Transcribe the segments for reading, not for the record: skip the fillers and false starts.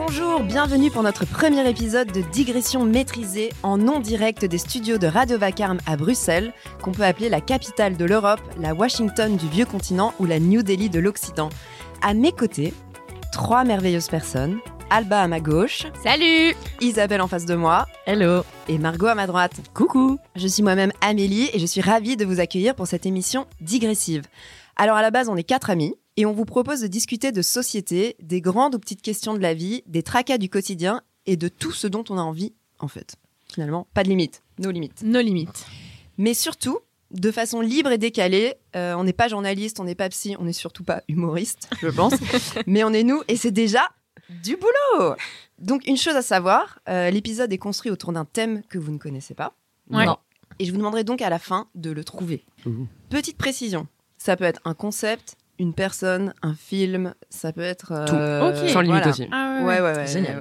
Bonjour, bienvenue pour notre premier épisode de Digression maîtrisée en non direct des studios de Radio Vacarme à Bruxelles, qu'on peut appeler la capitale de l'Europe, la Washington du vieux continent ou la New Delhi de l'Occident. À mes côtés, 3 merveilleuses personnes. Alba à ma gauche. Salut! Isabelle en face de moi. Hello! Et Margot à ma droite. Coucou! Je suis moi-même Amélie et je suis ravie de vous accueillir pour cette émission digressive. Alors à la base, on est 4 amis et on vous propose de discuter de société, des grandes ou petites questions de la vie, des tracas du quotidien et de tout ce dont on a envie, en fait. Finalement, pas de limites, nos limites. Nos limites. Mais surtout, de façon libre et décalée, on n'est pas journaliste, on n'est pas psy, on n'est surtout pas humoriste, je pense, mais on est nous et c'est déjà du boulot. Donc une chose à savoir, l'épisode est construit autour d'un thème que vous ne connaissez pas. Ouais. Non. Et je vous demanderai donc à la fin de le trouver. Petite précision, ça peut être un concept, une personne, un film, ça peut être... Tout. Ok. Sans limite aussi. Ah Ouais. Génial.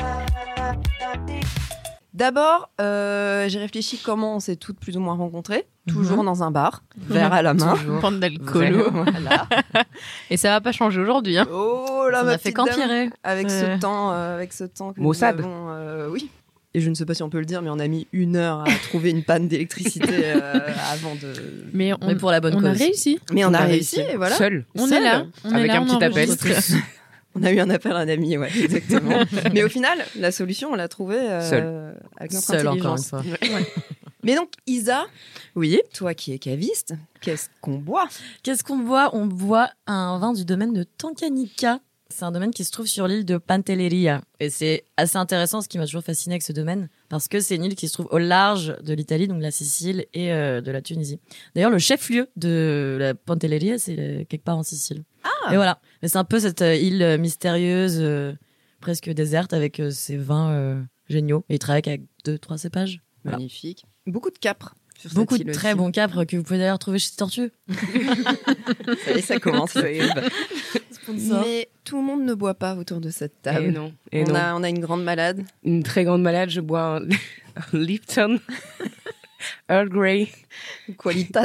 Ouais. D'abord, j'ai réfléchi comment on s'est toutes plus ou moins rencontrées. Toujours dans un bar, verre à la main. Pente d'alcoolo. Voilà. Et ça va pas changer aujourd'hui. Hein. Oh là, Ça ma n'a fait petite dame. qu'empirer. Avec ce temps que Mossad. nous avons... oui. Et je ne sais pas si on peut le dire, mais on a mis 1 heure à trouver une panne d'électricité avant de... Mais pour la bonne on cause. a réussi. Mais on a réussi, et voilà. Seul. On Seul. est là. On Avec est là, un on petit appel. enregistre. On a eu un appel à un ami, ouais, exactement. Mais au final, la solution, on l'a trouvée Seul. avec notre Seul, encore une intelligence. fois. Mais donc, Isa, Oui. toi qui es caviste, qu'est-ce qu'on boit? Qu'est-ce qu'on boit? On boit un vin du domaine de Tanganica. C'est un domaine qui se trouve sur l'île de Pantelleria. Et c'est assez intéressant, ce qui m'a toujours fasciné avec ce domaine, parce que c'est une île qui se trouve au large de l'Italie, donc la Sicile et de la Tunisie. D'ailleurs, le chef-lieu de la Pantelleria, c'est quelque part en Sicile. Ah. Et voilà. Mais c'est un peu cette île mystérieuse, presque déserte, avec ses vins géniaux. Et il travaille avec 2-3 cépages. Voilà. Magnifique. Beaucoup de capres. sur Beaucoup cette de île très aussi. bons capres que vous pouvez d'ailleurs trouver chez Tortue. Ça y est, ça commence. Mais tout le monde ne boit pas autour de cette table. Et non. Et on, non. a une grande malade. Une très grande malade, je bois un Lipton Earl Grey. Qualitat.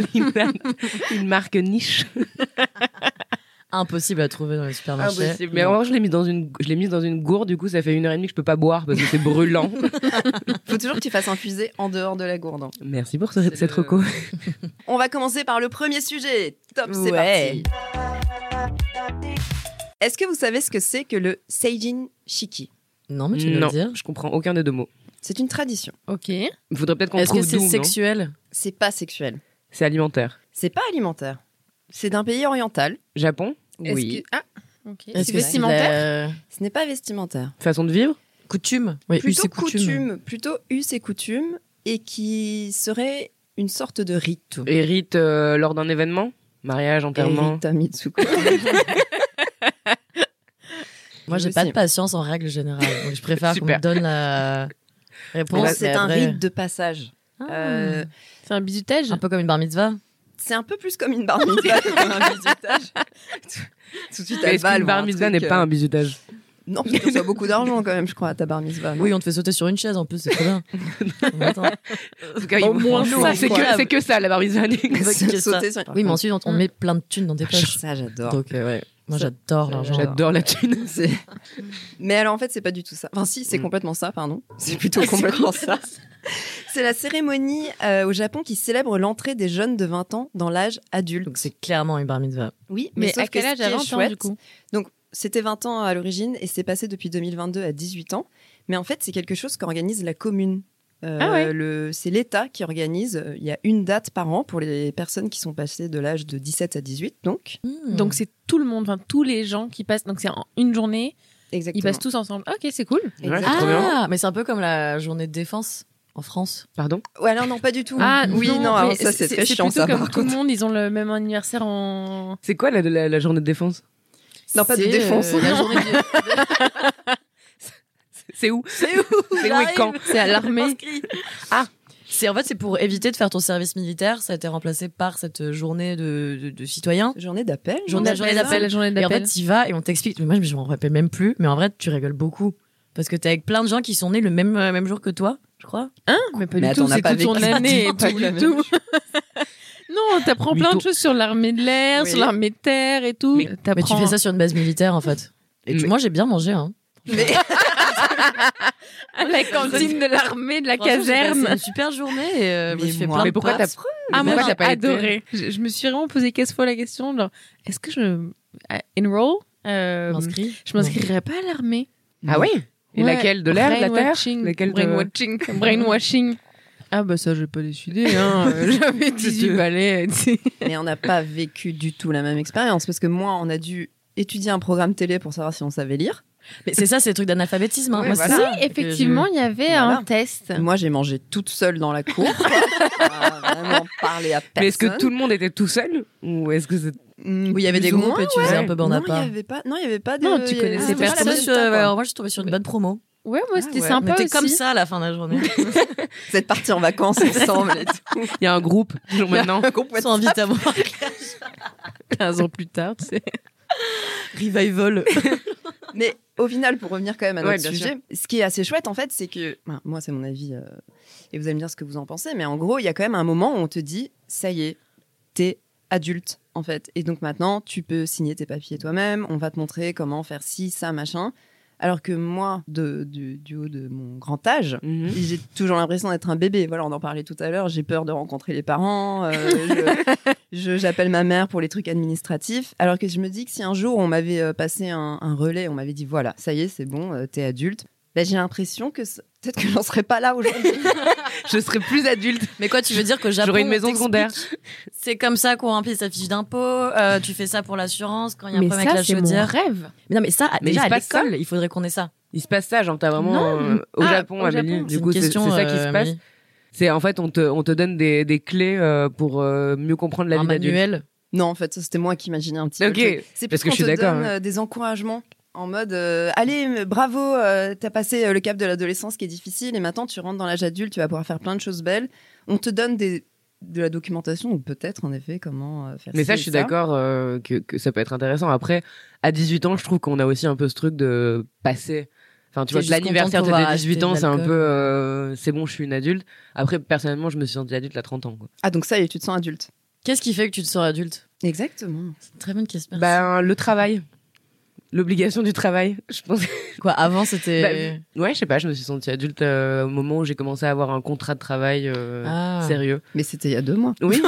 Une marque niche. Impossible à trouver dans les supermarchés. Impossible. Mais en vrai, je l'ai mise dans une gourde, du coup, ça fait 1h30 que je peux pas boire parce que c'est brûlant. Faut toujours que tu fasses infuser en dehors de la gourde. hein. Merci pour C'est cette le- reco. On va commencer par le premier sujet. Top, c'est Ouais. parti. Est-ce que vous savez ce que c'est que le Seijin Shiki? Non, mais tu veux Non, le dire. je comprends aucun des deux mots. C'est une tradition. Ok. Il faudrait peut-être qu'on Est-ce que trouve c'est d'où, non? sexuel? C'est pas sexuel. C'est alimentaire. C'est pas alimentaire. C'est d'un pays oriental. Japon? Oui. Ah, ok. Est-ce C'est que vestimentaire? Ce n'est pas vestimentaire. Façon de vivre? Coutume? Oui, Plutôt us et coutume. coutume, plutôt us et coutume, et qui serait une sorte de rite. Et rite lors d'un événement? Mariage, enterrement? Rita Mitsuko. Moi, j'ai Je pas sais. de patience en règle générale. Donc, je préfère qu'on me Super. donne la réponse. C'est et un après- rite de passage. Ah. C'est un bisutage? Un peu comme une bar mitzvah. C'est un peu plus comme une bar mitzvah que comme un bisutage. Tout de suite, Est-ce Alba, elle qu'une voit bar un mitzvah truc, n'est pas un bisutage? Non, parce que tu reçois beaucoup d'argent quand même, je crois, à ta bar mitzvah. non Oui, on te fait sauter sur une chaise en plus, c'est trop bien. Mais attends. En tout cas, Au moins ça, c'est quoi. c'est que ça, la bar mitzvah. Se que ça. sauter sur- Oui, mais ensuite, on met plein de thunes dans tes poches. Ça, j'adore. Donc, ouais. Moi, Ça- j'adore l'argent. J'adore la thune. C'est- Mais alors, en fait, c'est pas du tout ça. Enfin, si, c'est complètement ça, pardon. C'est plutôt complètement ça. C'est la cérémonie au Japon qui célèbre l'entrée des jeunes de 20 ans dans l'âge adulte. Donc, c'est clairement une bar mitzvah. Oui, Mais sauf à quel que ce âge qui est à 20 ans, chouette- du coup? Donc, c'était 20 ans à l'origine et c'est passé depuis 2022 à 18 ans. Mais en fait, c'est quelque chose qu'organise la commune. Ah ouais. C'est l'État qui organise. Il y a une date par an pour les personnes qui sont passées de l'âge de 17 à 18, donc. Donc c'est tout le monde, enfin tous les gens qui passent. Donc c'est en une journée, Exactement. ils passent tous ensemble. Ok, c'est cool. Ouais, Exactement. trop bien. Ah, mais c'est un peu comme la journée de défense en France. Pardon? Ouais, alors non, pas du tout. Ah oui, non, alors mais ça, c'est très chiant, plutôt ça, comme par tout le contre. monde, ils ont le même anniversaire en. C'est quoi la journée de défense? Non, pas de C'est, défense. la journée de... C'est où? C'est où? C'est où et quand? C'est à l'armée. Inscrit. Ah, c'est pour éviter de faire ton service militaire. Ça a été remplacé par cette journée de citoyens. Journée d'appel. Journée d'appel. La journée Et en d'appel. fait, t'y vas et on t'explique. Mais moi, je m'en rappelle même plus. Mais en vrai, tu rigoles beaucoup. Parce que t'es avec plein de gens qui sont nés le même jour que toi, je crois. Hein? Mais pas Mais du attends, tout, on n'a c'est pas toute ton vécu année, du pas tout la du même tout. Non, t'apprends plein de Mytho. choses sur l'armée de l'air, Oui. sur l'armée de terre et tout. Mais Mais tu fais ça sur une base militaire, en fait. Et Mais- moi, j'ai bien mangé, hein. Mais À la cantine de l'armée, de la Franchement, j'ai passé caserne. une super journée et Mais je fais moi- plein Mais de pourquoi t'as potes. Ah, moi, pourquoi j'ai t'as pas été adoré. Je me suis vraiment posé 15 fois la question, genre, est-ce que enroll, M'inscris. je m'inscrirais pas à l'armée. Ah oui. Et Ouais, laquelle, de l'air, de la terre? brainwashing, Laquelle de- brainwashing, brainwashing. Ah bah ça, j'ai pas décidé, hein. J'avais 18 balais, tu sais. Mais on n'a pas vécu du tout la même expérience parce que moi, on a dû étudier un programme télé pour savoir si on savait lire. Mais c'est ça, c'est le truc d'analphabétisme. Hein. Ouais, Moi, voilà. c'est ça Oui, que effectivement, il y avait Voilà. un test. Moi, j'ai mangé toute seule dans la cour. Vraiment parler à personne. Mais est-ce que tout le monde était tout seul? Ou est-ce que c'est... Mm, Oui, il y avait plus des ou groupes moins, et tu faisais ouais. un peu borne à Non, il part. y avait pas. Non, il y avait pas de. Non, tu il y connaissais avait- personne. Ah, Moi, c'était ça, quoi. moi, je suis tombée sur une bonne promo. Ouais, moi, c'était ouais. On sympa était aussi. comme ça à la fin de la journée. Vous êtes partis en vacances ensemble et tout. Il y a un groupe, genre maintenant. Ils sont invités à moi. 15 ans plus tard, tu sais. Revival. Mais au final, pour revenir quand même à Ouais, notre bien sujet, ce qui est assez chouette en fait, c'est que, ben, moi c'est mon avis, et vous allez me dire ce que vous en pensez, mais en gros, il y a quand même un moment où on te dit, ça y est, t'es adulte en fait, et donc maintenant tu peux signer tes papiers toi-même, on va te montrer comment faire ci, ça, machin. Alors que moi, du haut de mon grand âge, Mhm. j'ai toujours l'impression d'être un bébé. Voilà, on en parlait tout à l'heure. J'ai peur de rencontrer les parents. J'appelle ma mère pour les trucs administratifs. Alors que je me dis que si un jour on m'avait passé un relais, on m'avait dit voilà, ça y est, c'est bon, t'es adulte. Ben, j'ai l'impression que peut-être que j'en serais pas là aujourd'hui. Je serais plus adulte. Mais quoi, tu veux dire qu'au Japon, J'aurais une on maison t'explique, secondaire. c'est comme ça qu'on remplit sa fiche d'impôt, tu fais ça pour l'assurance quand il y a un Mais problème avec ça, la c'est mon chaudière. rêve. Mais non, mais ça, Mais déjà il se à passe ça l'école, il faudrait qu'on ait ça. Il se passe ça, genre t'as vraiment Non. au Ah, Japon, au Amélie. Japon. Du C'est coup, une c'est question, ça qui se passe. Amélie. C'est en fait, on te donne des clés pour mieux comprendre la Un vie d'adulte. manuel. Non, en fait, ça, c'était moi qui imaginais un petit peu. Ok. le truc. C'est Parce plus que je qu'on suis te d'accord, donne des encouragements en mode allez, bravo, t'as passé le cap de l'adolescence qui est difficile et maintenant tu rentres dans l'âge adulte, tu vas pouvoir faire plein de choses belles. On te donne de la documentation ou peut-être en effet comment faire Mais ci ça, et je suis d'accord que ça peut être intéressant. Après, à 18 ans, je trouve qu'on a aussi un peu ce truc de passer. Enfin, tu T'es vois, juste l'anniversaire de contente de pouvoir tes 18 acheter ans, de c'est un l'alcool. peu c'est bon, je suis une adulte. Après, personnellement, je me suis sentie adulte à 30 ans. Quoi. Ah, donc ça y est, tu te sens adulte. Qu'est-ce qui fait que tu te sens adulte? Exactement. C'est une très bonne question. Ben, le travail. L'obligation du travail, je pense. Quoi, avant, c'était... Ouais, je sais pas, je me suis sentie adulte au moment où j'ai commencé à avoir un contrat de travail Ah. sérieux. Mais c'était il y a 2 mois. Oui.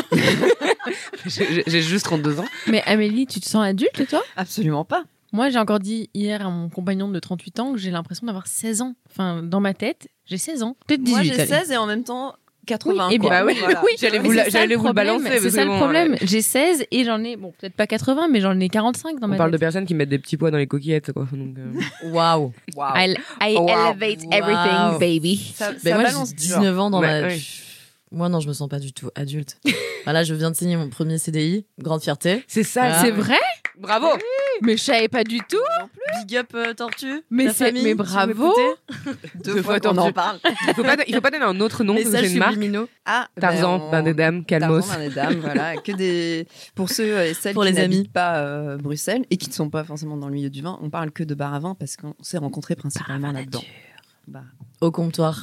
J'ai juste 32 ans. Mais Amélie, tu te sens adulte, toi? Absolument pas. Moi, j'ai encore dit hier à mon compagnon de 38 ans que j'ai l'impression d'avoir 16 ans. Enfin, dans ma tête, j'ai 16 ans. Peut-être 18. Moi, j'ai allez. 16 et en même temps 80. Oui, et quoi. bien, oui, Voilà. oui, J'allais mais vous c'est la- ça j'allais le vous le problème, balancer, C'est parce ça que le bon, problème. J'ai 16 et j'en ai, bon, peut-être pas 80, mais j'en ai 45 dans On ma parle de tête. personnes qui mettent des petits pois dans les coquillettes, quoi. Donc, Waouh. Waouh. I Oh, wow. elevate everything, Wow. baby. Ça, Ben ça moi, balance j'ai du 19 ans dans Ouais, ma... ouais. Moi, non, je me sens pas du tout adulte. Là, je viens de signer mon premier CDI. Grande fierté. c'est ça. Ah, C'est ouais. vrai? Bravo. Mais je savais pas du tout. Big up, Tortue. Mais Ta c'est- famille, mais si vous bravo. m'écoutez. Deux fois qu'on en parle. Il faut pas donner un autre nom parce que Message c'est une marque. subliminaux. Ah, Tarzan, on- bain des dames, Calmos. Tarzan, bain des dames, voilà. Que des... Pour ceux et celles Pour qui les amis. n'habitent pas Bruxelles et qui ne sont pas forcément dans le milieu du vin, on parle que de bar à vin parce qu'on s'est rencontrés principalement là-dedans. Bah, Au comptoir.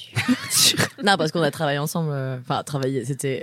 Non, parce qu'on a travaillé ensemble. Enfin, travaillé. C'était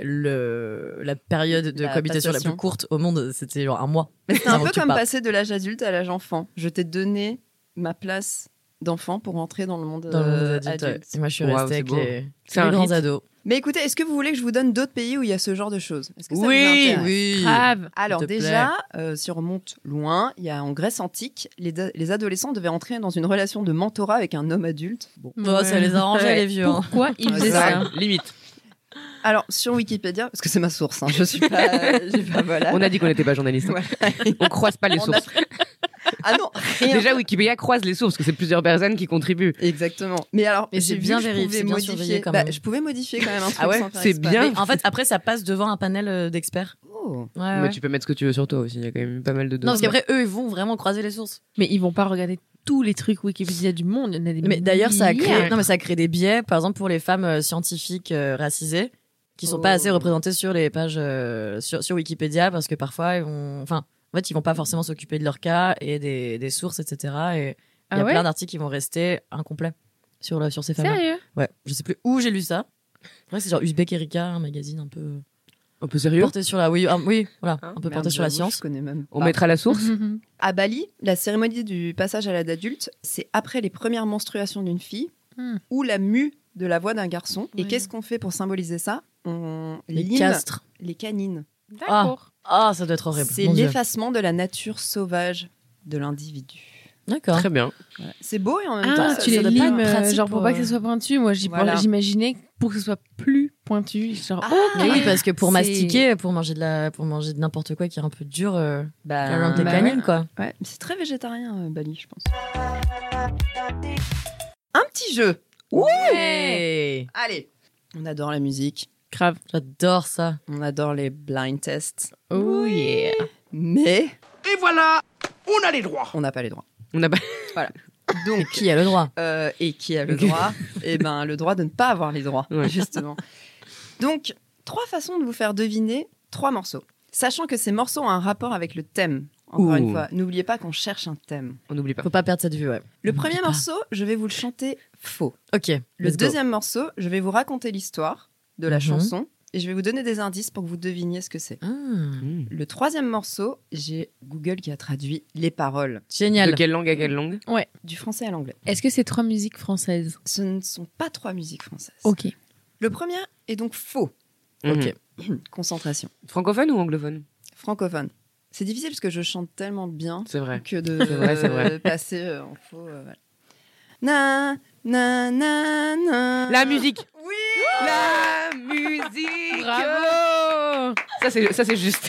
la période de La cohabitation la passation. plus courte au monde. C'était genre un mois. mais c'est un Avant peu que tu comme partes. passer de l'âge adulte à l'âge enfant. Je t'ai donné ma place d'enfant pour entrer dans le monde, Dans le monde des adultes, adulte. ouais. Et moi, je suis Waouh, restée c'est avec beau. les C'est un grands rite. ados. Mais écoutez, est-ce que vous voulez que je vous donne d'autres pays où il y a ce genre de choses? Est-ce que ça vous Oui, intéresse oui. Grave. Alors S'il te déjà, si on remonte loin, il y a en Grèce antique, les adolescents devaient entrer dans une relation de mentorat avec un homme adulte. Bon. Bon, ça les arrangeait, Ouais. les vieux. hein. Pourquoi ils Ouais, faisaient c'est ça? vrai. Limite. Alors sur Wikipédia, parce que c'est ma source, hein, je suis pas, j'ai pas voilà. On a dit qu'on n'était pas journaliste. Voilà. On croise pas les On a- sources. Ah non, rien. Déjà, Wikipédia croise les sources parce que c'est plusieurs personnes qui contribuent. Exactement. Mais alors, Mais j'ai c'est bien vu que je vérifié, pouvais bien surveillé modifier. quand Bah, même. je pouvais modifier quand même un truc. Ah ouais, sans faire c'est exprès. bien. Mais en fait, après, ça passe devant un panel d'experts. Oh. Ouais, Mais ouais. tu peux mettre ce que tu veux sur toi aussi. Il y a quand même pas mal de Non, parce données. qu'après, eux, ils vont vraiment croiser les sources. Mais ils vont pas regarder tous les trucs Wikipédia du monde. Il y en a des Mais d'ailleurs, ça a créé, milliards. non, mais ça a créé des biais, par exemple, pour les femmes scientifiques racisées, qui sont Oh. pas assez représentées sur les pages sur Wikipédia, parce que parfois, ils vont, enfin, en fait, ils vont pas forcément s'occuper de leur cas et des sources, etc. Et il y a Ah ouais plein d'articles qui vont rester incomplets sur ces femmes. Sérieux? Ouais, je sais plus où j'ai lu ça. Ouais, c'est genre Uzbek Erika, un magazine un peu. Un peu sérieux. porté sur la, oui, voilà, Hein un peu Merde, porté sur la j'avoue, science. Je connais même. On pas. mettra la source. À Bali, la cérémonie du passage à l'âge adulte, c'est après les premières menstruations d'une fille Hmm. ou la mue de la voix d'un garçon. Et Ouais. qu'est-ce qu'on fait pour symboliser ça? On Les lime castres. les canines. D'accord. Ah, ça doit être horrible. C'est Mon Dieu. l'effacement de la nature sauvage de l'individu. D'accord. Très bien. Voilà. C'est beau et en même temps, Ah, ça tu les doit pas limes, être pratique genre pour pas que ce soit pointu. Moi, Voilà. j'imaginais pour que ce soit plus pointu. Genre, Ah, Mais oui, parce que pour C'est- mastiquer, pour manger de n'importe quoi qui est un peu dur, Bah, la langue des bah canines, ouais. quoi. Ouais, mais c'est très végétarien, Bali, je pense. Un petit jeu. Ouais. Allez. On adore la musique. grave. J'adore ça. On adore les blind tests. Oh yeah. Mais Et voilà, on a les droits. on n'a pas les droits. On a pas. Donc, Qui a le droit? et qui a le droit? Eh ben, le droit de ne pas avoir les droits, Ouais. justement. Donc, 3 façons de vous faire deviner 3 morceaux. Sachant que ces morceaux ont un rapport avec le thème. Encore Ouh. une fois, n'oubliez pas qu'on cherche un thème. On n'oublie pas. Faut pas perdre cette vue, ouais. Le premier pas. morceau, je vais vous le chanter faux. Ok. Le let's go. deuxième morceau, je vais vous raconter l'histoire de la Mhm. chanson et je vais vous donner des indices pour que vous deviniez ce que c'est. Ah, Mmh. Le troisième morceau, j'ai Google qui a traduit les paroles génial. De quelle langue à quelle langue? du français à l'anglais. Est-ce que c'est 3 musiques françaises? Ce ne sont pas 3 musiques françaises. Ok. Le premier est donc faux. Ok. Concentration. Francophone ou anglophone? Francophone. C'est difficile parce que je chante tellement bien C'est vrai. que de C'est vrai. passer en faux. Voilà. Na, na, na, na. La musique. Oui. La musique. Bravo. Ça c'est juste.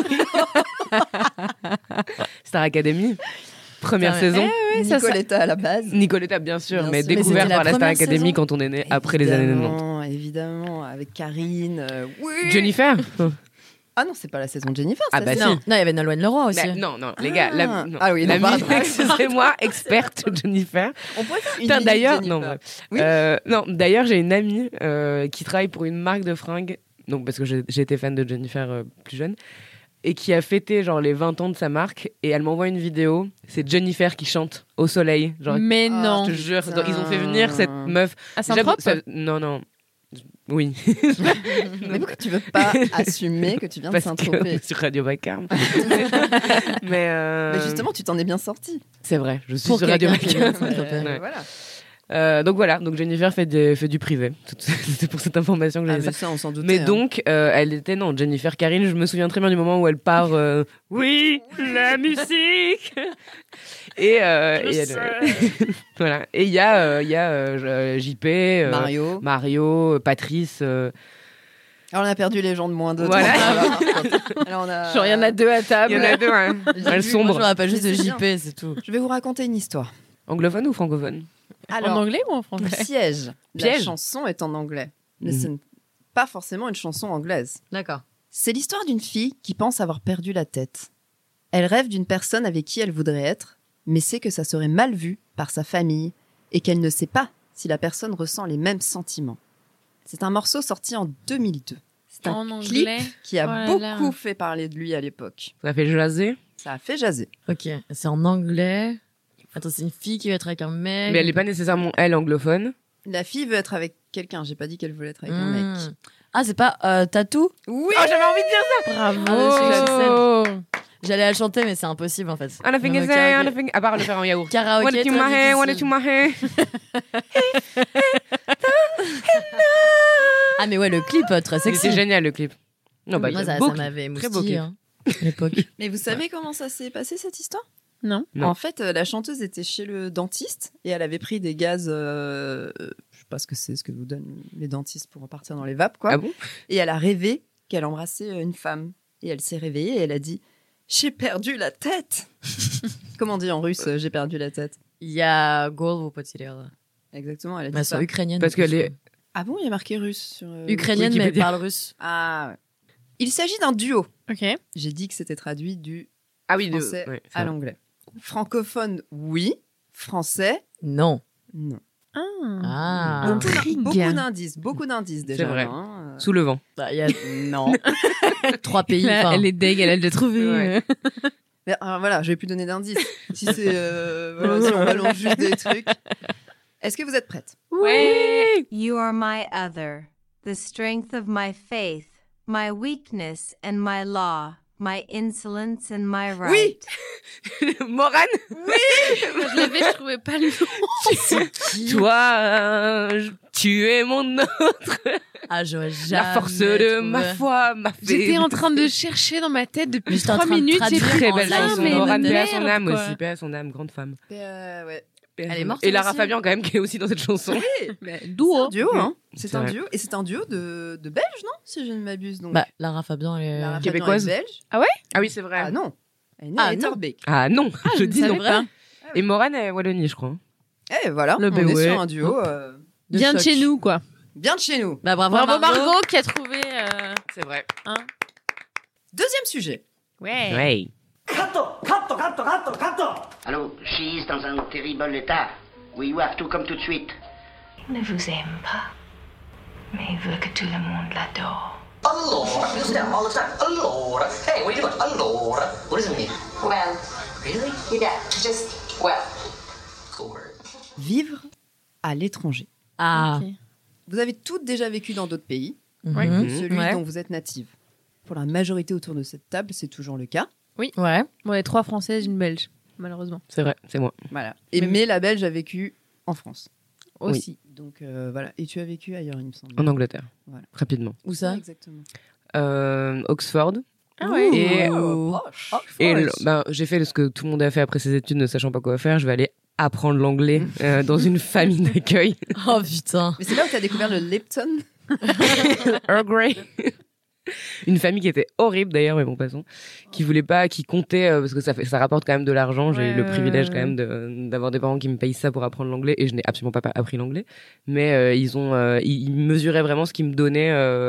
Star Academy. Première Putain, mais- saison. Nicoletta à la base. Nicoletta, bien sûr, Bien mais sûr. Mais découvert c'était par la la Star première Academy saison. quand on est né après les années 90. Évidemment, évidemment, avec Karine. Oui. Jennifer. Ah non, c'est pas la saison de Jennifer. Ah ça, bah c'est- si. Non, il y avait Nolwenn Leroy aussi. Bah, non, les gars. Ah. Non. Ah oui, non, la pardon. musique, excusez-moi, experte Jennifer. On pourrait faire une Putain, minute d'ailleurs, Jennifer. non, bref. Oui. Non, d'ailleurs, j'ai une amie qui travaille pour une marque de fringues, donc parce que j'ai été fan de Jennifer plus jeune, et qui a fêté genre les 20 ans de sa marque, et elle m'envoie une vidéo, c'est Jennifer qui chante au soleil, genre Mais Ah, non. je te jure, putain. ils ont fait venir cette meuf. À Déjà, Saint-Trope non, oui. Mais pourquoi tu veux pas assumer que tu viens de Parce que Saint-Tropez sur Radio Vacarme. mais, Mais justement, tu t'en es bien sorti. c'est vrai, je suis Pour sur Radio quelqu'un qui vient de Vacarme. Saint-Tropez. Ouais. Voilà. Donc voilà, donc Jennifer fait du privé. C'est pour cette information que j'ai Ah, dit mais ça. ça, on s'en doutait. Mais hein. donc, elle était, non, Jennifer Karine, je me souviens très bien du moment où elle part, oui, la musique Et, voilà. Et il y a JP, Mario, Patrice. Alors, on a perdu les gens de moins de Voilà. 30 ans, là, par contre. Alors, on a... Genre, il y en a 2 à table. Il y en a deux, hein. J'ai Elles vu, sombrent. Moi, je me rappelle juste de Mais c'est JP, c'est tout. Je vais vous raconter une histoire. Anglophone ou francophone? Alors, En anglais ou en le français? piège. La Piège. chanson est en anglais. Mais Mhm. ce n'est pas forcément une chanson anglaise. D'accord. C'est l'histoire d'une fille qui pense avoir perdu la tête. Elle rêve d'une personne avec qui elle voudrait être, mais sait que ça serait mal vu par sa famille et qu'elle ne sait pas si la personne ressent les mêmes sentiments. C'est un morceau sorti en 2002. C'est un En clip anglais? qui a Oh là beaucoup là. fait parler de lui à l'époque. Ça fait jaser. Ça a fait jaser. Ok. C'est en anglais. Attends, c'est une fille qui va être avec un mec. Mais elle n'est pas nécessairement, elle, anglophone. La fille veut être avec quelqu'un. J'ai pas dit qu'elle voulait être avec un mec. Ah, c'est pas Tattoo? Oui. Oh, j'avais envie de dire ça. Bravo. J'allais la chanter, mais c'est impossible en fait. Anything is there, anything... À part le faire en yaourt. Karaoké. What did you très my hair, what did difficile. you my hair? Ah, mais ouais, le clip, très sexy. C'était génial, le clip. Non, bah, il y Moi, a ça beaucoup. m'avait très beau moustillé clip. hein, à l'époque. Mais vous savez comment ça s'est passé cette histoire? Non. Non. En fait, la chanteuse était chez le dentiste et elle avait pris des gaz. Je sais pas ce que vous donnent les dentistes pour repartir dans les vapes, quoi. Ah bon? Et elle a rêvé qu'elle embrassait une femme. Et elle s'est réveillée et elle a dit j'ai perdu la tête. Comment on dit en russe j'ai perdu la tête? Я голову потеряла. Exactement, elle a dit Elles ça. sont ukrainiennes. Parce qu'elle est- Ah bon, il y a marqué russe sur. Ukrainienne, mais elle Wikipédia. parle russe. Ah ouais. Il s'agit d'un duo. Ok. J'ai dit que c'était traduit du Ah oui, français ouais, c'est à vrai. l'anglais. Francophone, oui. Français, Non. non. Ah. Donc, Intrigue. Beaucoup d'indices déjà. C'est vrai. là, hein. Sous le vent. Bah, il y a Non. 3 pays. Là, enfin, elle est deg, elle a déjà trouvé. Ouais. Mais, voilà, je vais plus donner d'indices. Si c'est voilà, si on balance juste des trucs. Est-ce que vous êtes prête? Ouais. You are my other, the strength of my faith, my weakness and my law, my insolence and my right. Oui. Morane. Je l'avais, je trouvais pas le nom. Toi, tu es mon autre. Ah, j'aurais jamais La force de trouvé. ma foi m'a fait. J'étais en train de chercher dans ma tête Mais depuis j'étais en 3 train de minutes. J'ai traduire pris Très en belle live, chanson. mais Morane, paix à merde, son âme quoi. aussi, paix à son âme, grande femme. Ouais. Elle est morte, Et elle Lara aussi Fabian quand même qui est aussi dans cette chanson. C'est Duo. un duo, hein. C'est C'est un vrai. duo. Et c'est un duo de Belges, non? Si je ne m'abuse. Donc, Bah, Lara Fabian, elle est... Lara Fabian Québécoise. est belge. Ah oui, c'est vrai. Ah non. Elle est née Ah, à non. Etterbeek. Ah non, je je dis ne non. savais pas. Et Morane est Wallonie, je crois. Eh voilà, Le on est BOE. sur un duo Bien de choc. chez nous, quoi. bien de chez nous. Bah, bravo, Bravo Margot. Margot qui a trouvé. C'est vrai. Deuxième sujet. Ouais. Ouais. Allô, Cheese dans un terrible état. We you have to come tout de suite. Il ne vous aime pas, mais il veut que tout le monde l'adore. Allora, you say that all the time. Allora. Hey, what are you doing? Allora. What does it mean? Well, Really? yeah, just, well. Cool word. Vivre à l'étranger. Ah. Ok. Vous avez toutes déjà vécu dans d'autres pays, Ouais. Mhm. celui Ouais. dont vous êtes native. Pour la majorité autour de cette table, c'est toujours le cas. Ouais. Ouais, 3 Françaises, une Belge, malheureusement. C'est vrai, c'est moi. Voilà. Mais la Belge a vécu en France. Aussi. Donc voilà. Et tu as vécu ailleurs, il me semble. En Angleterre. Voilà. Rapidement. Où ça? Exactement. Oxford. Ah ouais. Et, Et j'ai fait ce que tout le monde a fait après ses études, ne sachant pas quoi faire. Je vais aller apprendre l'anglais dans une famille d'accueil. Oh putain. Mais c'est là où tu as découvert le Lipton. Earl Grey. Une famille qui était horrible d'ailleurs, mais bon, passons. Qui voulait pas, qui comptait, parce que ça rapporte quand même de l'argent. J'ai eu le Ouais, privilège ouais, quand même d'avoir des parents qui me payent ça pour apprendre l'anglais, et je n'ai absolument pas appris l'anglais. Mais ils mesuraient vraiment ce qu'ils me donnaient.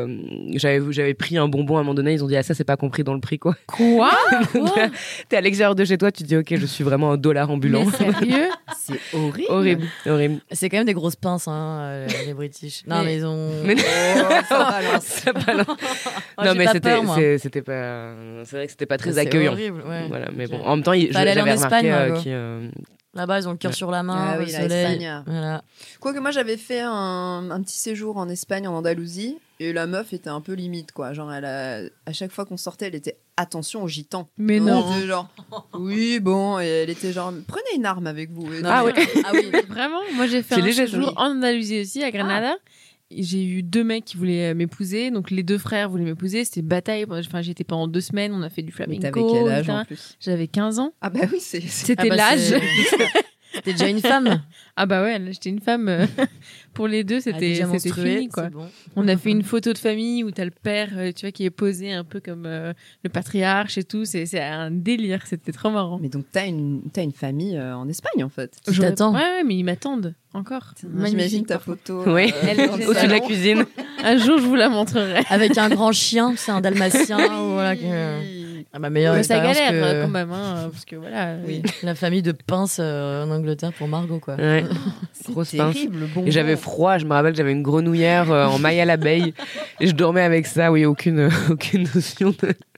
J'avais pris un bonbon à un moment donné, ils ont dit ah ça c'est pas compris dans le prix quoi. Quoi? T'es à l'extérieur de chez toi, tu te dis ok je suis vraiment un dollar ambulant. Mais sérieux? C'est horrible. horrible. C'est quand même des grosses pinces, hein, les British. Non, mais ils ont... Mais Ça balance. ça balance. Oh, Non j'ai mais pas c'était peur, moi. c'était pas, c'est vrai que c'était pas très C'est accueillant. horrible, ouais. Voilà, mais bon, Ok. en même temps, Fallait aller en j'avais Espagne, remarqué Margot. qu'il Là-bas, ils ont le cœur sur la main, Ah oui, au la soleil. Espagne. Voilà. Quoique moi j'avais fait un petit séjour en Espagne, en Andalousie, et la meuf était un peu limite quoi. Genre à chaque fois qu'on sortait, elle était attention aux gitans. Mais On non. était genre oui bon, et elle était genre prenez une arme avec vous. Et Non, Ah mais- ouais. Ah oui. Vraiment? Moi, j'ai fait C'est un léger, séjour oui. en Andalousie aussi, à Granada. J'ai eu 2 mecs qui voulaient m'épouser. Donc, les 2 frères voulaient m'épouser. C'était bataille. Enfin, j'étais pendant 2 semaines. On a fait du Mais flamenco. t'avais quel âge etc. en plus? J'avais 15 ans. Ah bah oui, c'est C'était Ah bah, l'âge. T'es déjà une femme. Ah bah ouais, là, j'étais une femme. Pour les deux, Ah, c'était déjà c'était menstruée, fini, quoi. c'est bon. On a fait une photo de famille où t'as le père, tu vois, qui est posé un peu comme le patriarche et tout. C'est un délire. C'était trop marrant. Mais donc t'as une famille en Espagne en fait. Qui J'aurais- t'attend. Ouais, mais ils m'attendent encore. J'imagine Magnifique. ta par contre. photo Oui. Elle- dans le au-dessus de la salon. cuisine. Un jour, je vous la montrerai. Avec un grand chien, c'est un dalmatien. Voilà, ma meilleure Mais ça expérience galère que quand même, hein, parce que voilà. Oui, la famille de pinces en Angleterre pour Margot, quoi. Ouais. C'est Grosse pince. terrible, bon. Et j'avais froid, je me rappelle que j'avais une grenouillère en maille à l'abeille et je dormais avec ça, oui, aucune notion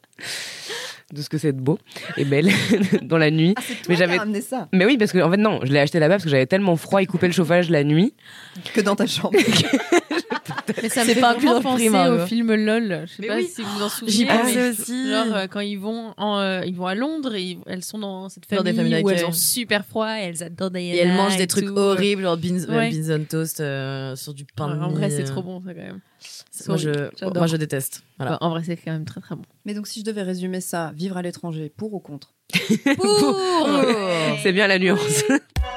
de ce que c'est de beau et belle dans la nuit. Ah, c'est toi Mais qui as j'avais- ramené ça Mais oui, parce que en fait non, je l'ai acheté là-bas parce que j'avais tellement froid, il coupait le chauffage la nuit. que dans ta chambre. Mais ça me C'est fait pas inclus vraiment dans le prix, penser Margot. au film LOL. Je sais Mais pas oui. si vous en souvenez. J'y mais pensais aussi. Genre quand ils vont à Londres, et elles sont dans cette Dans des famille familles où elles d'accueil. ont super froid, et elles adorent Diana. Et elle mange et des trucs tout. horribles, genre beans Ouais. on toast sur du pain de En mie. vrai, c'est trop bon ça quand même. Moi, J'adore. moi, je déteste. Voilà. Enfin, en vrai, c'est quand même très très bon. Mais donc si je devais résumer ça, vivre à l'étranger, pour ou contre? C'est bien la nuance.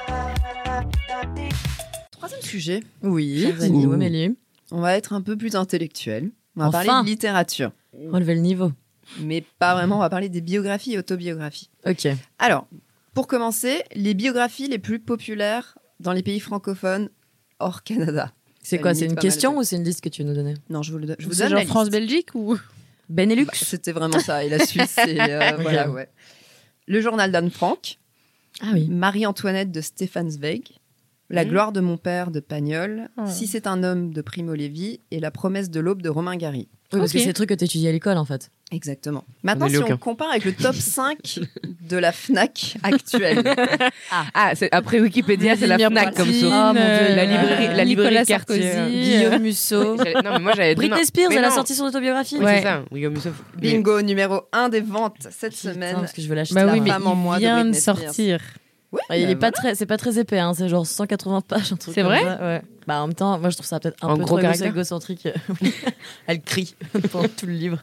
Troisième sujet, Oui, Chers amis. Ouh. Amélie. on va être un peu plus intellectuel. On va Enfin. parler de littérature. Relevez le niveau. Mais pas vraiment, on va parler des biographies et autobiographies. Ok. Alors, pour commencer, les biographies les plus populaires dans les pays francophones hors Canada. C'est Ça quoi limite C'est une pas mal question de- ou c'est une liste que tu veux nous donner Non, je vous le donne. Je vous C'est donne genre la liste. France-Belgique ou Benelux. Bah, c'était vraiment ça. Et la Suisse, c'est voilà, ouais. Le journal d'Anne Frank, Ah oui. Marie-Antoinette de Stéphane Zweig, La gloire de mon père de Pagnol, Oh. Si c'est un homme de Primo Levi et La promesse de l'aube de Romain Gary. Oui, parce que Ok. c'est des trucs que t'étudies à l'école, en fait. Exactement. Maintenant, On est si aucun. on compare avec le top 5 de la FNAC actuelle. Ah, après Wikipédia, c'est la Vladimir Fnac comme Poutine, ça. Oh, mon Dieu. La librairie Nicolas de quartier. Sarkozy. Guillaume Musso. Non, mais moi j'avais dit. Britney non. Spears, Mais elle a non. sorti son autobiographie. Oui, Ouais. c'est ça. Guillaume Musso. Mais- Bingo, numéro 1 des ventes cette Putain, semaine. parce que je veux l'acheter. Bah La oui, mais femme en moi il de vient de Britney Spears. sortir. Oui, Ouais, il bah est pas très, c'est pas très épais, hein, c'est genre 180 pages, un truc C'est comme vrai ça, ouais. Bah en même temps, moi je trouve ça peut-être un En peu gros trop caractère égocentrique. Elle crie pendant tout le livre.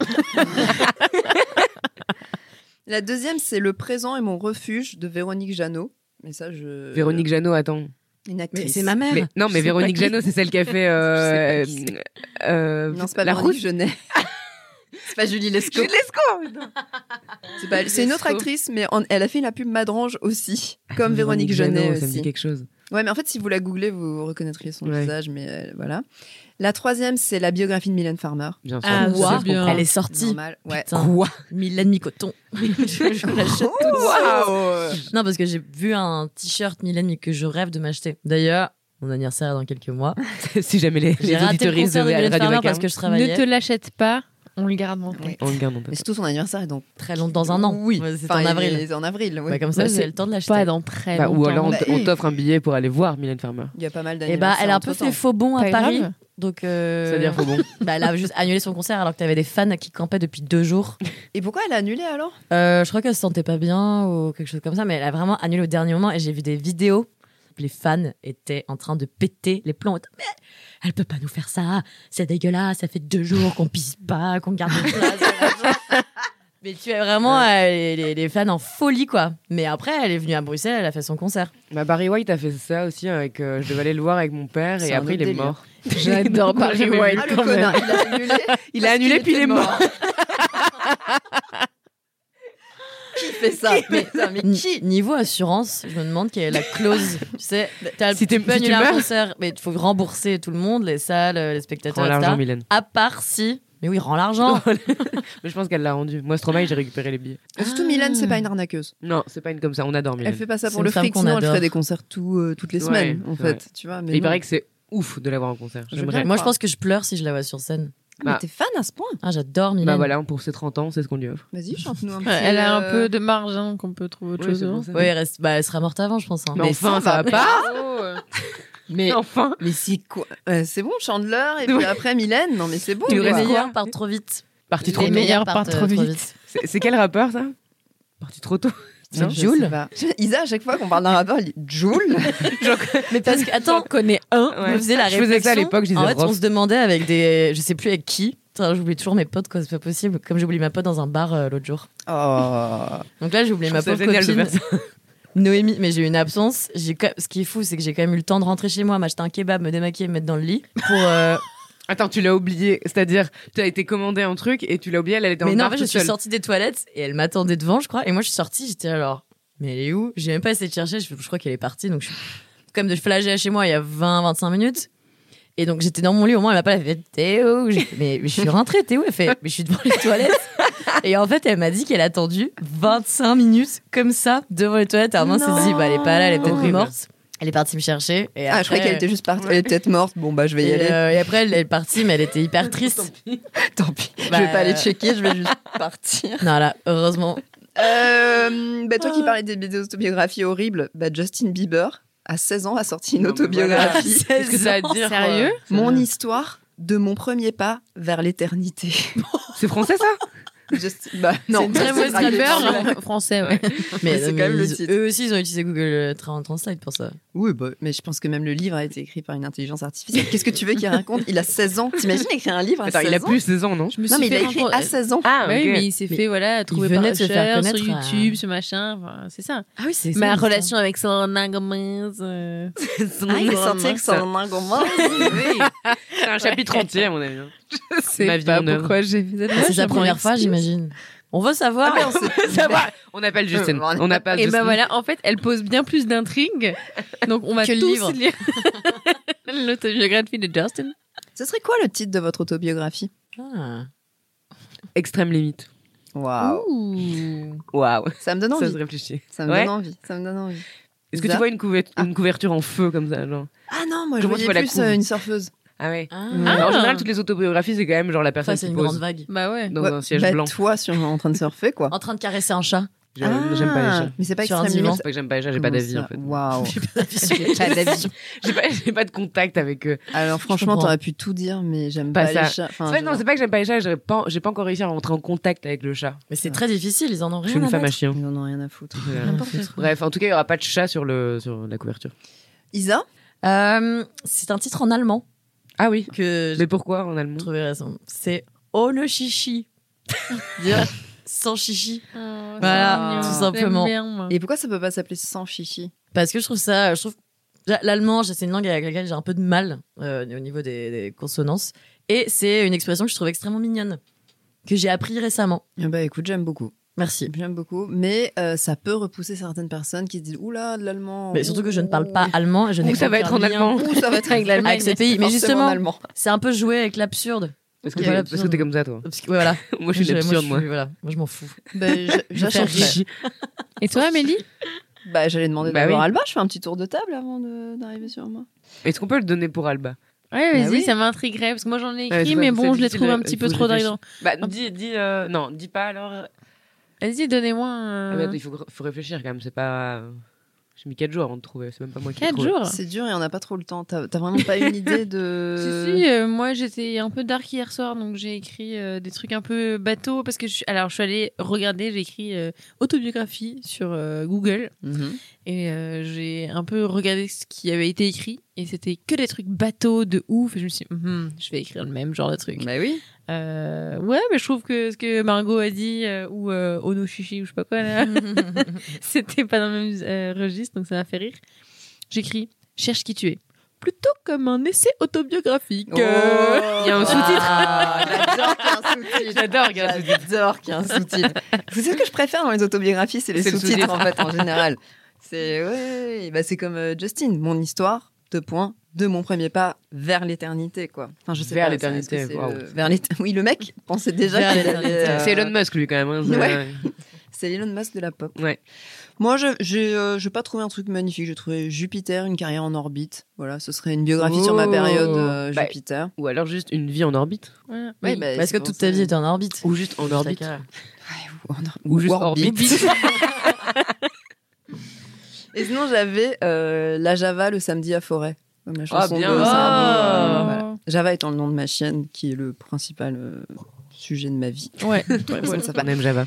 La deuxième, c'est Le présent est mon refuge de Véronique Jeannot. Mais ça, Véronique Jeannot, attends. Une actrice. Mais c'est ma mère. Mais, non, mais sais Véronique pas qui. Jeannot, c'est celle qui a fait. Non, c'est pas La Véronique Rousse. Jeunet. C'est pas Julie Lescaut. C'est une autre actrice, mais elle a fait la pub Madrange aussi, comme Véronique Jeunet ça me dit aussi. quelque chose. Ouais, mais en fait, si vous la googlez, vous reconnaîtriez son Ouais. visage, mais voilà. La troisième, c'est la biographie de Mylène Farmer. Bien sûr. Ah, Quoi c'est bien. Elle est sortie. Normal. Ouais. Putain. Quoi Mylène Micoton. je l'achète tout de Waouh. suite. Non, parce que j'ai vu un t-shirt Mylène que je rêve de m'acheter. D'ailleurs, mon anniversaire est dans quelques mois. Si jamais les J'ai raté le auditeuristes concert de de Mylène Radio Farmer Vacarme, parce que je travaillais Ne te l'achète pas, on le garde en tête. Ouais. on le garde en Mais tête. surtout son anniversaire est donc. très long dans un an. Oui. Ouais, c'est Enfin, en il avril. est en avril. Ouais. Ouais, comme ça, Bah, j'ai c'est le temps de l'acheter. Pas dans très Bah, longtemps. ou alors Bah, on t'offre un billet pour aller voir Mylène Farmer. Il y a pas mal Et d'anniversaires. bah, elle a un peu entre-temps. fait faux bon à Pas Paris. grave. Donc, C'est-à-dire faux bon. bah, elle a juste annulé son concert alors que t'avais des fans qui campaient depuis 2 jours. Et pourquoi elle a annulé alors? Je crois qu'elle se sentait pas bien ou quelque chose comme ça, mais elle a vraiment annulé au dernier moment et j'ai vu des vidéos. Les fans étaient en train de péter les plombs. Mais elle peut pas nous faire ça, c'est dégueulasse, ça fait 2 jours qu'on pisse pas, qu'on garde nos places. Mais tu es vraiment les fans en folie, quoi. Mais après, elle est venue à Bruxelles, elle a fait son concert. Bah, Barry White a fait ça aussi avec. Je devais aller le voir avec mon père C'est et un après il autre est délire. mort. J'adore Barry White Ah, le quand même. connard, il a annulé. Il a annulé puis il est mort. Qui fait ça? Mais qui? Niveau assurance, je me demande quelle est la clause. Tu sais, Si tu peux tu annuler un meurs. concert, mais il faut remburser tout le monde, les salles, les spectateurs, Prends l'argent, etc. Mylène. À part si... Mais oui, rends l'argent. Mais je pense qu'elle l'a rendu. Moi, Stromae, j'ai récupéré les billets. Et surtout, Mylène, c'est pas une arnaqueuse. Non, c'est pas une comme ça. On adore Elle Mylène. fait pas ça C'est pour une le femme fric, qu'on sinon elle adore. ferait des concerts toutes les semaines, en fait. ouais. Tu vois, mais Et il non. paraît que c'est ouf de l'avoir en concert. Je veux J'aimerais. bien. Moi, je pense que je pleure si je la vois sur scène. Ah, mais Bah. t'es fan à ce point? Ah, j'adore Mylène. Bah voilà, pour ses 30 ans, c'est ce qu'on lui offre. Vas-y, chante-nous un petit. Elle a un peu de marge, hein, qu'on peut trouver autre Oui, chose. c'est hein. pour ça. Ouais, elle sera morte avant, je pense. hein. Mais enfin, ça va pas. Mais, Enfin. mais c'est quoi? C'est bon, Chandler, et puis après Mylène. Non, mais c'est bon. Il nous quoi. reste Les quoi meilleurs partent trop vite. Parti trop Les tôt. meilleurs partent trop vite. C'est quel rappeur ça Parti trop tôt. Non, je Jul. sais pas. Isa, à chaque fois qu'on parle d'un rappeur, il dit Jul. Mais parce que, attends, connais un. on me faisait la Je faisais ça à réflexion. l'époque, je disais En fait, Rof. on se demandait avec des. Je sais plus avec qui. Putain, j'oublie toujours mes potes, quoi, c'est pas possible. Comme j'ai oublié ma pote dans un bar l'autre jour. Oh. Donc là, j'ai oublié Je ma trouve pauvre ça génial de copine. faire Noémie, mais j'ai eu une absence. Ce qui est fou, c'est que j'ai quand même eu le temps de rentrer chez moi, m'acheter un kebab, me démaquiller, me mettre dans le lit. Pour, Attends, tu l'as oublié. C'est-à-dire, tu as été commandé un truc et tu l'as oublié, elle était dans Mais le non, bar en fait, je toute suis seule. sortie des toilettes et elle m'attendait devant, je crois. Et moi, je suis sortie, j'étais là, alors, mais elle est où? J'ai même pas essayé de chercher, je crois qu'elle est partie. Donc, je suis comme de flageller chez moi il y a 20-25 minutes. Et donc, j'étais dans mon lit, au moins, elle m'a pas elle fait t'es où? J'ai fait, mais je suis rentrée, t'es où? Elle fait, mais je suis devant les toilettes. Et en fait, elle m'a dit qu'elle a attendu 25 minutes comme ça devant les toilettes. Alors, moi, on s'est dit, bah, elle est pas là, elle est peut-être Horrible. morte. Elle est partie me chercher. Et Ah, je croyais qu'elle était juste partie. Elle est peut-être morte. Bon, bah, je vais y Et, aller. et après, elle est partie, mais elle était hyper triste. Tant pis. Bah, Je vais pas aller checker, je vais juste partir. Non, là, heureusement. Bah, toi qui parlais des autobiographies horribles, bah, Justin Bieber, à 16 ans, a sorti une autobiographie. Qu'est-ce que ça a à dire quoi Sérieux Mon histoire de mon premier pas vers l'éternité. C'est français ça Bah, non, C'est une très mauvaise traduit traduction. en anglais. Français, ouais. Mais c'est quand même le ils- titre. eux aussi, ils ont utilisé Google Translate pour ça. Oui, bah, mais je pense que même le livre a été écrit par une intelligence artificielle. Qu'est-ce que tu veux qu'il raconte? Il a 16 ans. T'imagines écrire un livre à Attends, 16 il a ans? plus 16 ans, non Je me Non, mais il a écrit à 16 ans. Ah, Ouais, ok. mais il s'est fait trouver venait par de se faire cher, sur connaître, YouTube, sur machin, enfin, c'est ça. Ah oui, c'est ça. Ma relation avec Selena Gomez. Ah, il est sorti avec son lingot. Oui. C'est un chapitre entier, à mon avis. Je sais Ma vie pas en œuvre. pourquoi j'ai fait ça. C'est sa première fois, j'imagine. On veut savoir. Ça va. On appelle Justine. On appelle Et Justine. ben voilà, en fait, elle pose bien plus d'intrigues. Donc on va Que le tous livre. lire l'autobiographie de Justin. Ce serait quoi le titre de votre autobiographie? Ah. Extrême limite. Waouh. Waouh. Ça me donne Ça se envie. réfléchit. Ça me Ouais. donne envie. Ça me donne envie. Est-ce que Ça tu vois une couverture en feu comme ça, genre Ah non, moi je Comment tu voyais vois la plus couve une surfeuse. Ah ouais. Ah. En général, toutes les autobiographies, c'est quand même genre la personne Ça, c'est qui une pose grande vague. Bah ouais. dans Ouais, un siège bah, blanc. toi, en train de surfer, quoi. En train de caresser un chat. J'aime pas les chats. Mais c'est pas Sur un extrême divan. limite. C'est pas que j'aime pas les chats, j'ai pas Comment d'avis ça en fait. Waouh. J'ai Pas d'avis. J'ai pas de contact avec eux. Alors franchement, comprends. t'aurais pu tout dire, mais j'aime Pas pas, ça. les chats. Enfin, En fait, non, c'est pas que j'aime pas les chats, j'ai pas encore réussi à rentrer en contact avec le chat. Mais c'est très difficile, ils en ont Je rien suis une à femme à mettre. chien. Ils en ont rien à foutre. N'importe quoi. Bref, en tout cas, il y aura pas de chat sur la couverture. Isa, C'est un titre en allemand Ah oui. que Mais j'ai pourquoi en allemand trouvé récent. C'est Ohne Chichi. Dire sans chichi. Voilà, tout simplement. J'aime bien, moi. et pourquoi ça peut pas s'appeler sans chichi? Parce que je trouve l'allemand, c'est une langue avec laquelle j'ai un peu de mal au niveau des consonances. Et c'est une expression que je trouve extrêmement mignonne, que j'ai appris récemment. Eh bah écoute, j'aime beaucoup. Merci. J'aime beaucoup, mais ça peut repousser certaines personnes qui se disent oula, de l'allemand. Mais surtout que je ne parle pas allemand et je n'ai Ou ça va aucun être en lien allemand. Ou ça va être avec l'Allemagne. avec ce pays. Mais Forcément en justement, allemand. c'est un peu jouer avec l'absurde. Parce que Voilà, parce que t'es comme ça, toi. Parce que, ouais, voilà. Moi, je suis une absurde, moi. Voilà, moi je m'en fous. Bah, Je fais j'achèterais. Et toi, Amélie? Bah, j'allais demander Bah d'abord oui. à Alba. Je fais un petit tour de table avant d'arriver sur moi. Est-ce qu'on peut le donner pour Alba Ouais, Bah vas-y, oui. ça m'intriguerait parce que moi j'en ai Ouais, écrit, c'est mais pas- bon, c'est je les difficile, trouve un il petit faut peu que je trop réfléchisse. dedans. Bah, non, dis pas alors. Vas-y, donnez-moi Ah, mais un. il faut réfléchir quand même, c'est pas. J'ai mis 4 jours avant de trouver, c'est même pas moi qui ai 4 trouvé. jours. C'est dur et on n'a pas trop le temps. T'as vraiment pas une idée de. Si, moi j'étais un peu dark hier soir, donc j'ai écrit des trucs un peu bateaux parce que je suis allée regarder, j'ai écrit autobiographie sur Google Mhm. et j'ai un peu regardé ce qui avait été écrit et c'était que des trucs bateaux de ouf et je me suis dit, je vais écrire le même genre de truc. Bah oui. Ouais, mais je trouve que ce que Margot a dit ou Ono Chichi ou je sais pas quoi là, c'était pas dans le même registre, donc ça m'a fait rire. J'écris cherche qui tu es, plutôt comme un essai autobiographique. Oh. Il y a un sous-titre. Ah, j'adore qu'il y ait un sous-titre. J'adore qu'il y ait un sous-titre. J'adore qu'il y ait un sous-titre. Vous savez ce que je préfère dans les autobiographies, c'est les C'est le sous-titres sous-titre. en fait en général. C'est bah c'est comme Justin, mon histoire, 2 points, de mon premier pas vers l'éternité quoi. Enfin je sais Vers pas, l'éternité, est-ce que c'est waouh. vers oui, le mec pensait déjà Vers qu'il l'éternité. allait, C'est Elon Musk lui quand même. Hein, Ouais. C'est Elon Musk de la pop. Ouais. Moi, j'ai pas trouvé un truc magnifique. J'ai trouvé Jupiter, une carrière en orbite. Voilà, ce serait une biographie sur ma période Bah, Jupiter. Ou alors juste une vie en orbite. Ouais. Oui, bah, Parce que c'est toute pour ta ça. vie était en orbite. Ou juste en orbite. Ou juste orbite. Et sinon, j'avais la Java le samedi à Forêt. Comme la chanson bien. de Oh. Sarah. Voilà. Java étant le nom de ma chienne, qui est le principal sujet de ma vie. Ouais. Personne ne sait pas. On aime Java.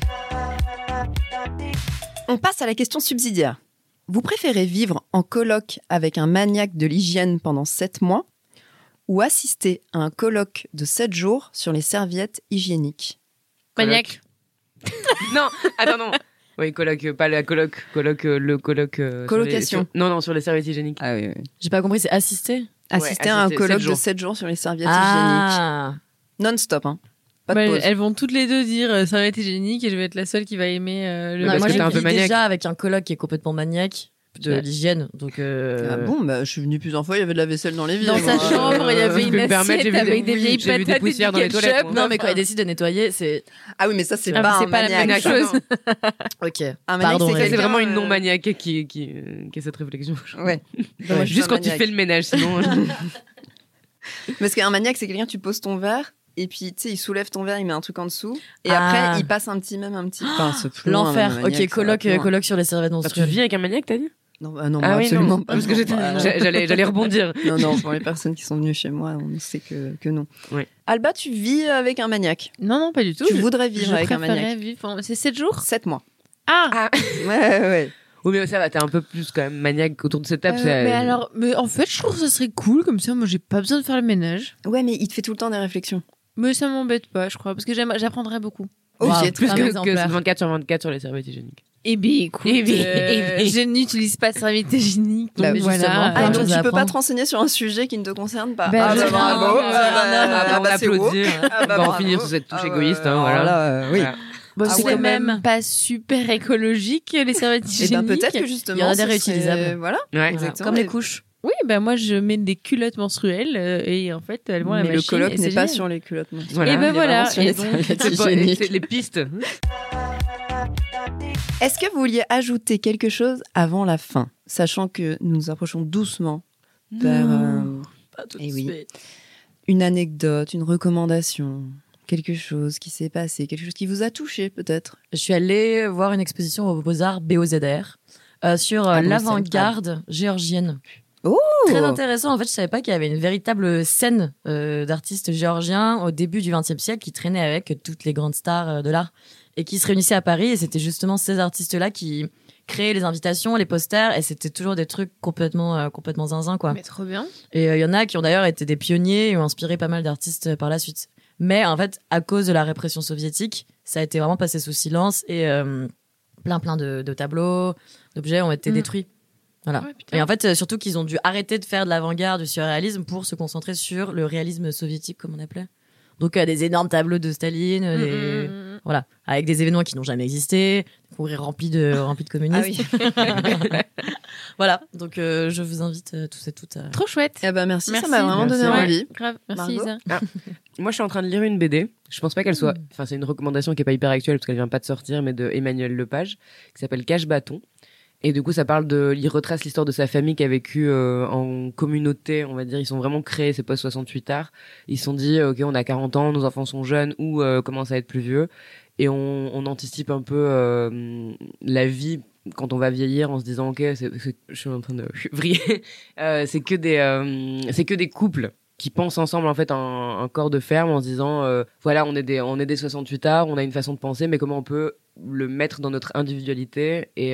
On passe à la question subsidiaire. Vous préférez vivre en coloc avec un maniaque de l'hygiène pendant 7 mois ou assister à un colloque de 7 jours sur les serviettes hygiéniques? Maniaque. Non, attends, non. Oui, coloc, pas la coloc, le coloc. Colocation. Non, sur les serviettes hygiéniques. Ah oui, oui. J'ai pas compris, c'est assister Assister à un assister, colloque 7 de jours. 7 jours sur les serviettes hygiéniques. Ah, Non-stop, hein. Pas de Bah, pause. elles vont toutes les deux dire ça va être hygiénique et je vais être la seule qui va aimer le parce non, que moi t'es je un peu vis maniaque. déjà avec un coloc qui est complètement maniaque de Ouais. l'hygiène, donc Ah bon, bah, je suis venue plusieurs fois, il y avait de la vaisselle dans les vies. Dans sa moi. chambre, il y avait je une peux me permettre, assiette j'ai vu avec des- des vieilles j'ai vu des patates et poussières du dans les toilettes, ketchup. moi. non, mais quand il décide de nettoyer, c'est Ah oui, mais ça, c'est Ah, pas mais un c'est pas la même maniaque. chose. ok. Un maniaque, Pardon, c'est Ça, ouais. c'est vraiment une quelqu'un, non-maniaque qui a cette réflexion. Ouais. Ouais, juste quand il fait le ménage, sinon. Parce qu'un maniaque, c'est quelqu'un, tu poses ton verre, et puis, tu sais, il soulève ton verre, il met un truc en dessous, et Ah. après, il passe un petit. Enfin, c'est plus loin, L'enfer. même, un maniaque, Ok, ça coloc, va plus loin. coloc sur les serviettes Tu menstruelles. vis avec un maniaque, t'as dit Non, non, Ah moi, oui, absolument non. pas. Parce que j'allais rebondir. Non, pour les personnes qui sont venues chez moi, on sait que non. Ouais. Alba, tu vis avec un maniaque. Non, non, pas du tout. Tu voudrais vivre je avec un préférais maniaque. vivre. C'est 7 jours 7 mois. Ah, Ouais. Oui, mais ça va, t'es un peu plus quand même maniaque autour de cette table. mais en fait, je trouve que ça serait cool comme ça. Moi, j'ai pas besoin de faire le ménage. Ouais, mais il te fait tout le temps des réflexions. Mais ça m'embête pas, je crois, parce que j'apprendrais beaucoup. Ok, Wow. Plus Un que exemplaire. 24 sur 24 sur les serviettes hygiéniques. Eh bien, écoute, je n'utilise pas de serviette hygiénique, donc Bah oui, voilà. justement. Ah, Plein de donc choses tu à peux pas apprendre. te renseigner sur un sujet qui ne te concerne pas. Bah, ah, je bah, sais bravo. pas, on bah, c'est applaudit. woke. Ah, bah, On va en bravo. finir sur cette touche Ah, égoïste. ouais, Hein, voilà. voilà, oui. Voilà. Bon, Ah c'est ouais, quand même même. pas super écologique, les serviettes Et hygiéniques. ben peut-être que justement, Il y en a des ce réutilisables. serait- Voilà. Ouais. Exactement. Comme les Et- couches. Oui, ben moi, je mets des culottes menstruelles et en fait, elles vont à la Mais le machine. colloque et n'est c'est pas génial. sur les culottes. non. Voilà. Et ben Il est voilà. vraiment sur Et les donc, serviettes C'est pas- hygiéniques. c'est les pistes. Est-ce que vous vouliez ajouter quelque chose avant la fin, sachant que nous nous approchons doucement vers. Pas tout Eh de oui. suite. une anecdote, une recommandation, quelque chose qui s'est passé, quelque chose qui vous a touché peut-être. Je suis allée voir une exposition aux Beaux-Arts BOZR sur Bruxelles. l'avant-garde géorgienne. Oh Très intéressant. En fait, je savais pas qu'il y avait une véritable scène d'artistes géorgiens au début du XXe siècle qui traînaient avec toutes les grandes stars de l'art et qui se réunissaient à Paris. Et c'était justement ces artistes-là qui créaient les invitations, les posters, et c'était toujours des trucs complètement zinzin, quoi. Mais trop bien. Et il y en a qui ont d'ailleurs été des pionniers et ont inspiré pas mal d'artistes par la suite. Mais en fait, à cause de la répression soviétique, ça a été vraiment passé sous silence et plein de tableaux, d'objets ont été détruits. Voilà. Ouais, putain. Et en fait, surtout qu'ils ont dû arrêter de faire de l'avant-garde, du surréalisme pour se concentrer sur le réalisme soviétique, comme on appelait. Donc, des énormes tableaux de Staline, voilà, avec des événements qui n'ont jamais existé, des congrès remplis de communistes. Ah oui. Voilà. Donc, je vous invite tous et toutes à... Trop chouette. Eh ben merci, Merci. ça m'a vraiment donné Merci. envie. Grave. Merci Margot Isa. Moi, je suis en train de lire une BD. Je pense pas qu'elle soit. Enfin, c'est une recommandation qui est pas hyper actuelle parce qu'elle vient pas de sortir, mais de Emmanuel Lepage, qui s'appelle Cache-Bâton. Et du coup, ça parle il retrace l'histoire de sa famille qui a vécu en communauté, on va dire. Ils sont vraiment créés, ces post-68 arts. Ils se sont dit, ok, on a 40 ans, nos enfants sont jeunes ou commencent à être plus vieux. Et on anticipe un peu la vie quand on va vieillir en se disant, ok, je suis en train de vriller. C'est que des couples qui pensent ensemble en fait un corps de ferme en se disant, voilà, on est des 68 arts, on a une façon de penser, mais comment on peut le mettre dans notre individualité et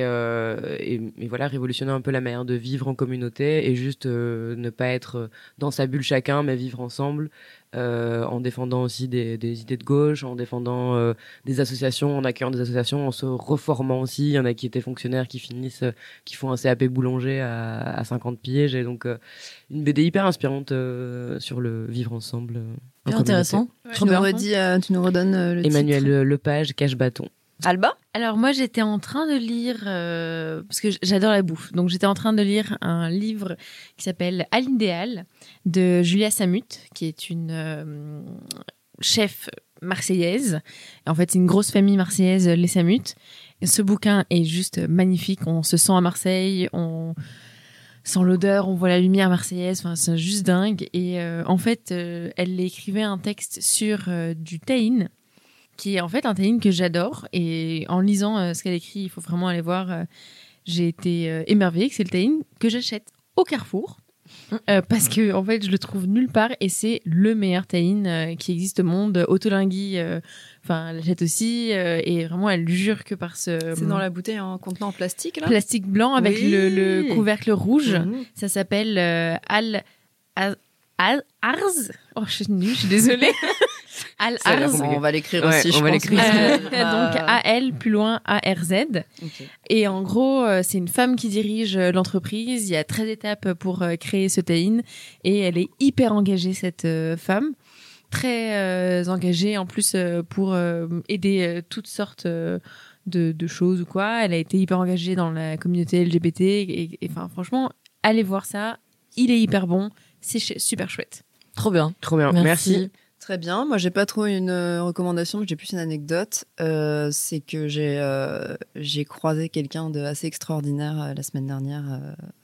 voilà, révolutionner un peu la manière de vivre en communauté et juste ne pas être dans sa bulle chacun, mais vivre ensemble, en défendant aussi des idées de gauche, en défendant des associations, en accueillant des associations, en se reformant aussi. Il y en a qui étaient fonctionnaires, qui font un CAP boulanger à 50 pieds. J'ai donc une BD hyper inspirante sur le vivre ensemble. En Hyper intéressant. Tu nous redonnes le Emmanuel titre. Lepage, Cache-Bâton. Alba. Alors moi j'étais en train de lire parce que j'adore la bouffe, donc j'étais en train de lire un livre qui s'appelle À l'idéal de Julia Samut, qui est une chef marseillaise. En fait c'est une grosse famille marseillaise, les Samut. Et ce bouquin est juste magnifique. On se sent à Marseille, on sent l'odeur, on voit la lumière marseillaise. Enfin c'est juste dingue. Et en fait elle écrivait un texte sur du tahine, qui est en fait un tahine que j'adore. Et en lisant ce qu'elle écrit, il faut vraiment aller voir. J'ai été émerveillée que c'est le tahine que j'achète au Carrefour. Parce que en fait, je le trouve nulle part et c'est le meilleur tahine qui existe au monde. Autolingui, enfin, elle l'achète aussi. Et vraiment, elle jure que par ce... C'est dans la bouteille en contenant en plastique là. plastique blanc avec Oui. le couvercle rouge. Mhm. Ça s'appelle Al-Arz. Oh, je suis nulle, je suis désolée. Ça a l'air Al-Arz. compliqué. On va l'écrire Ouais, aussi, je on va pense. l'écrire. Donc A-L plus loin A-R-Z. Ok. Et en gros, c'est une femme qui dirige l'entreprise. Il y a 13 étapes pour créer ce tahine. Et elle est hyper engagée, cette femme. Très engagée en plus pour aider toutes sortes de choses ou quoi. Elle a été hyper engagée dans la communauté LGBT. Et enfin, franchement, allez voir ça. Il est hyper bon. C'est super chouette. Trop bien. Trop bien. Merci. Très bien. Moi, j'ai pas trop une recommandation, mais j'ai plus une anecdote. C'est que j'ai croisé quelqu'un de assez extraordinaire la semaine dernière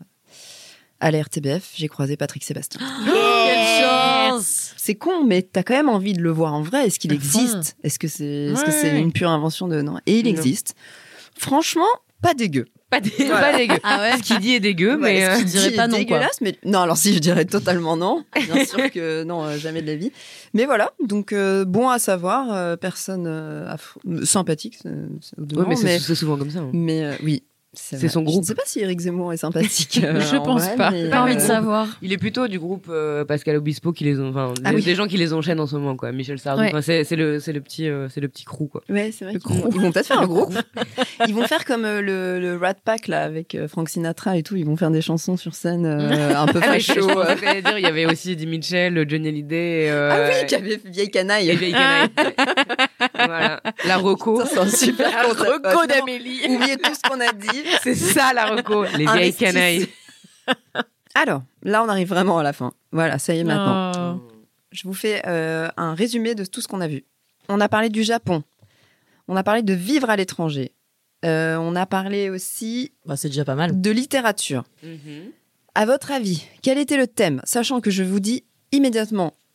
à la RTBF. J'ai croisé Patrick Sébastien. Quelle chance! C'est con, mais t'as quand même envie de le voir en vrai. Est-ce qu'il À existe? Est-ce que c'est Ouais. une pure invention de non? Et il Non. existe. Franchement, pas dégueu. Pas dégueu. Ah ouais? Ce qu'il dit est dégueu, Ouais, mais ce qu'il je dirais dit pas est non, quoi. dégueulasse, mais non, alors si, je dirais totalement non. Bien sûr que non, jamais de la vie. Mais voilà, donc bon à savoir, personne sympathique, au ouais, demeurant, mais mais c'est souvent comme ça. hein. oui. C'est vrai. son Je groupe. ne sais pas si Eric Zemmour est sympathique. Je en pense vrai, pas. mais, Pas envie de Euh, savoir. Il est plutôt du groupe Pascal Obispo qui les ont, enfin, Ah oui. des gens qui les enchaînent en ce moment, quoi. Michel Sardou. Ouais. Enfin, c'est le petit crew, quoi. Ouais, c'est vrai. Le Ils vont peut-être faire un groupe. Ils vont faire comme le Rat Pack là avec Frank Sinatra et tout. Ils vont faire des chansons sur scène un peu Ah, mais je facho. pensais que t'allais dire, il y avait aussi Eddie Mitchell, Johnny Hallyday. Ah oui, qui avait vieille canaille. et Vieille Canaille. Voilà. La Reco. Ça, c'est un super La concept. Reco Sinon, d'Amélie. oubliez tout ce qu'on a dit. C'est ça, la Reco. Les vieilles Investissez. canailles. Alors, là, on arrive vraiment à la fin. Voilà, ça y est maintenant. Oh. Je vous fais un résumé de tout ce qu'on a vu. On a parlé du Japon. On a parlé de vivre à l'étranger. On a parlé aussi Bah, c'est déjà pas mal. de littérature. À votre avis, quel était le thème? Sachant que je vous dis immédiatement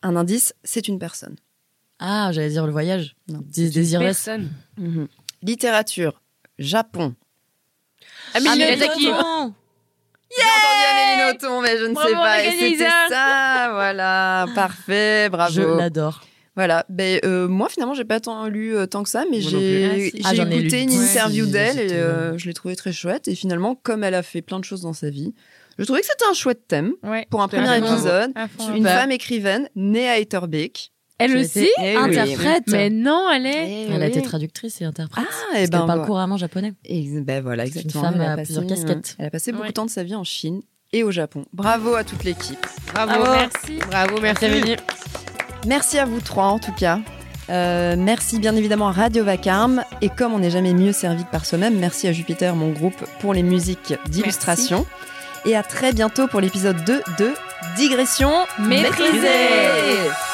un indice, c'est une personne. Ah, j'allais dire le voyage. Non. Désirless. Personne. Littérature, Japon. Miyazaki. J'ai entendu Amélie Nothomb, mais je ne Bravo, sais on a pas. Et gagné, c'était Isa. ça, voilà, parfait, bravo. Je l'adore. Voilà, moi finalement j'ai pas tant lu tant que ça, mais Moi non j'ai plus. Ah, j'en ai écouté lu une 10. interview Ouais, d'elle et c'était- je l'ai trouvé très chouette. Et finalement, comme elle a fait plein de choses dans sa vie, je trouvais que c'était un chouette thème Ouais. pour un Tout à premier fait. épisode. À fond. Une femme écrivaine née à Etterbeek. Elle J'ai aussi. été Eh oui. interprète. Mais non, elle est. Eh Elle a oui. été traductrice et interprète. Ah, Parce et ben qu'elle parle voilà. couramment japonais. Et ben voilà, C'est une exactement. femme Elle a à passé, plusieurs casquettes. Elle a passé beaucoup Ouais. de temps de sa vie en Chine et au Japon. Bravo à toute l'équipe. Bravo. Merci. Bravo, merci. Merci à vous trois en tout cas. Merci bien évidemment à Radio Vacarme. Et comme on n'est jamais mieux servi que par soi-même, merci à Jupiter, mon groupe, pour les musiques d'illustration. Et à très bientôt pour l'épisode 2 de Digression Maîtrisée. maîtrisée.